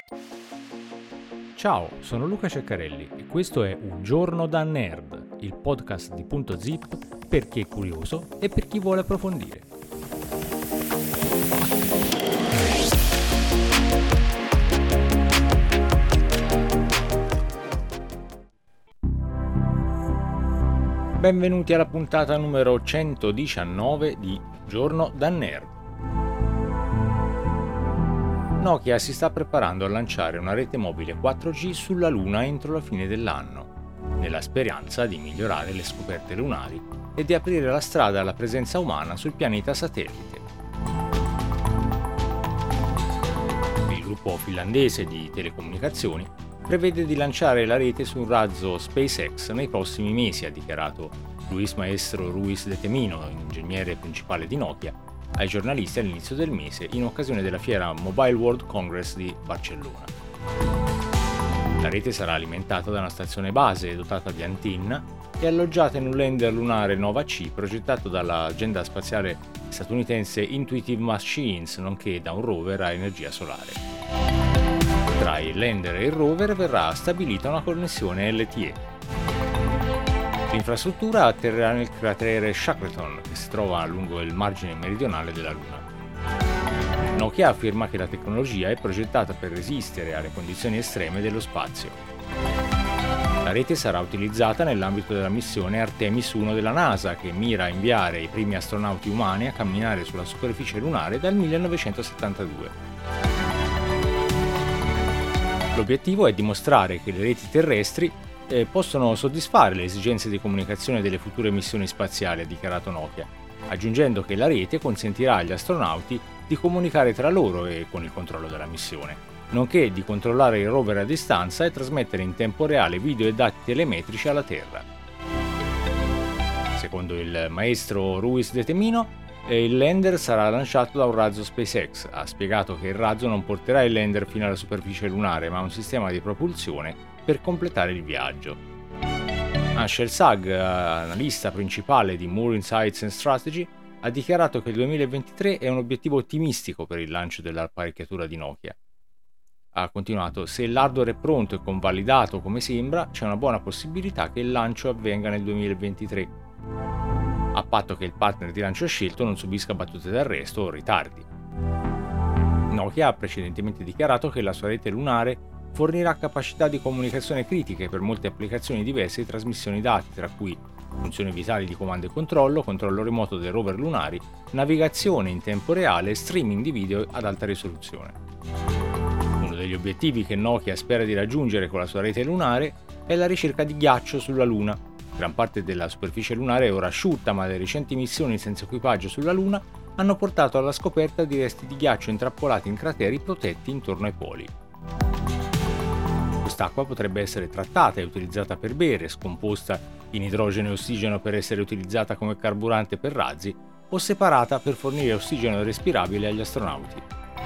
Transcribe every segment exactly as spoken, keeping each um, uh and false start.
Ciao, sono Luca Ceccarelli e questo è Un giorno da nerd, il podcast di Punto Zip per chi è curioso e per chi vuole approfondire. Benvenuti alla puntata numero centodiciannove di Giorno da nerd. Nokia si sta preparando a lanciare una rete mobile quattro G sulla Luna entro la fine dell'anno, nella speranza di migliorare le scoperte lunari e di aprire la strada alla presenza umana sul pianeta satellite. Il gruppo finlandese di telecomunicazioni prevede di lanciare la rete su un razzo SpaceX nei prossimi mesi, ha dichiarato Luis Maestro Ruiz de Temino, ingegnere principale di Nokia, ai giornalisti all'inizio del mese in occasione della fiera Mobile World Congress di Barcellona. La rete sarà alimentata da una stazione base dotata di antenna e alloggiata in un lander lunare Nova C progettato dall'azienda spaziale statunitense Intuitive Machines, nonché da un rover a energia solare. Tra il lander e il rover verrà stabilita una connessione L T E. L'infrastruttura atterrerà nel cratere Shackleton, che si trova lungo il margine meridionale della Luna. Nokia afferma che la tecnologia è progettata per resistere alle condizioni estreme dello spazio. La rete sarà utilizzata nell'ambito della missione Artemis uno della NASA, che mira a inviare i primi astronauti umani a camminare sulla superficie lunare dal millenovecentosettantadue. L'obiettivo è dimostrare che le reti terrestri eh, possono soddisfare le esigenze di comunicazione delle future missioni spaziali, ha dichiarato Nokia, aggiungendo che la rete consentirà agli astronauti di comunicare tra loro e con il controllo della missione, nonché di controllare il rover a distanza e trasmettere in tempo reale video e dati telemetrici alla Terra. Secondo il maestro Ruiz de Temino, il lander sarà lanciato da un razzo SpaceX. Ha spiegato che il razzo non porterà il lander fino alla superficie lunare, ma un sistema di propulsione per completare il viaggio. Anshel Sag, analista principale di Moore Insights and Strategy, ha dichiarato che il duemilaventitré è un obiettivo ottimistico per il lancio dell'apparecchiatura di Nokia. Ha continuato: se l'hardware è pronto e convalidato come sembra, c'è una buona possibilità che il lancio avvenga nel duemilaventitré, a patto che il partner di lancio scelto non subisca battute d'arresto o ritardi. Nokia ha precedentemente dichiarato che la sua rete lunare fornirà capacità di comunicazione critiche per molte applicazioni diverse di trasmissione dati, tra cui funzioni vitali di comando e controllo, controllo remoto dei rover lunari, navigazione in tempo reale e streaming di video ad alta risoluzione. Uno degli obiettivi che Nokia spera di raggiungere con la sua rete lunare è la ricerca di ghiaccio sulla Luna. Gran parte della superficie lunare è ora asciutta, ma le recenti missioni senza equipaggio sulla Luna hanno portato alla scoperta di resti di ghiaccio intrappolati in crateri protetti intorno ai poli. Quest'acqua potrebbe essere trattata e utilizzata per bere, scomposta in idrogeno e ossigeno per essere utilizzata come carburante per razzi, o separata per fornire ossigeno respirabile agli astronauti.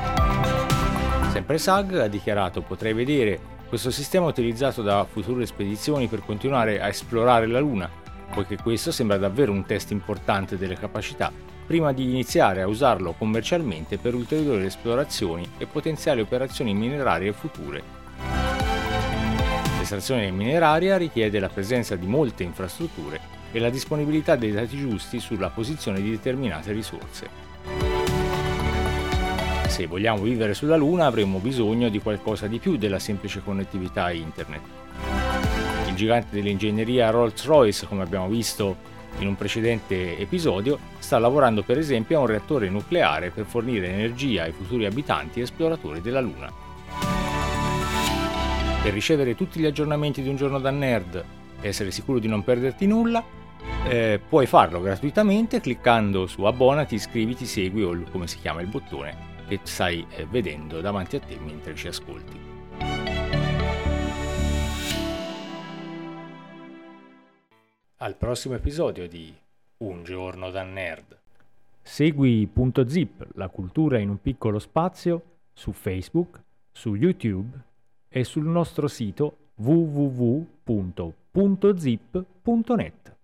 Sempre Sag ha dichiarato: potrei vedere questo sistema utilizzato da future spedizioni per continuare a esplorare la Luna, poiché questo sembra davvero un test importante delle capacità, prima di iniziare a usarlo commercialmente per ulteriori esplorazioni e potenziali operazioni minerarie future. L'estrazione mineraria richiede la presenza di molte infrastrutture e la disponibilità dei dati giusti sulla posizione di determinate risorse. Se vogliamo vivere sulla Luna avremo bisogno di qualcosa di più della semplice connettività a internet. Il gigante dell'ingegneria Rolls-Royce, come abbiamo visto in un precedente episodio, sta lavorando per esempio a un reattore nucleare per fornire energia ai futuri abitanti e esploratori della Luna. Per ricevere tutti gli aggiornamenti di Un giorno da nerd e essere sicuro di non perderti nulla, eh, puoi farlo gratuitamente cliccando su abbonati, iscriviti, segui o come si chiama il bottone che stai eh, vedendo davanti a te mentre ci ascolti. Al prossimo episodio di Un giorno da nerd. Segui Punto Zip, la cultura in un piccolo spazio, su Facebook, su YouTube e sul nostro sito w w w punto punto zip punto net.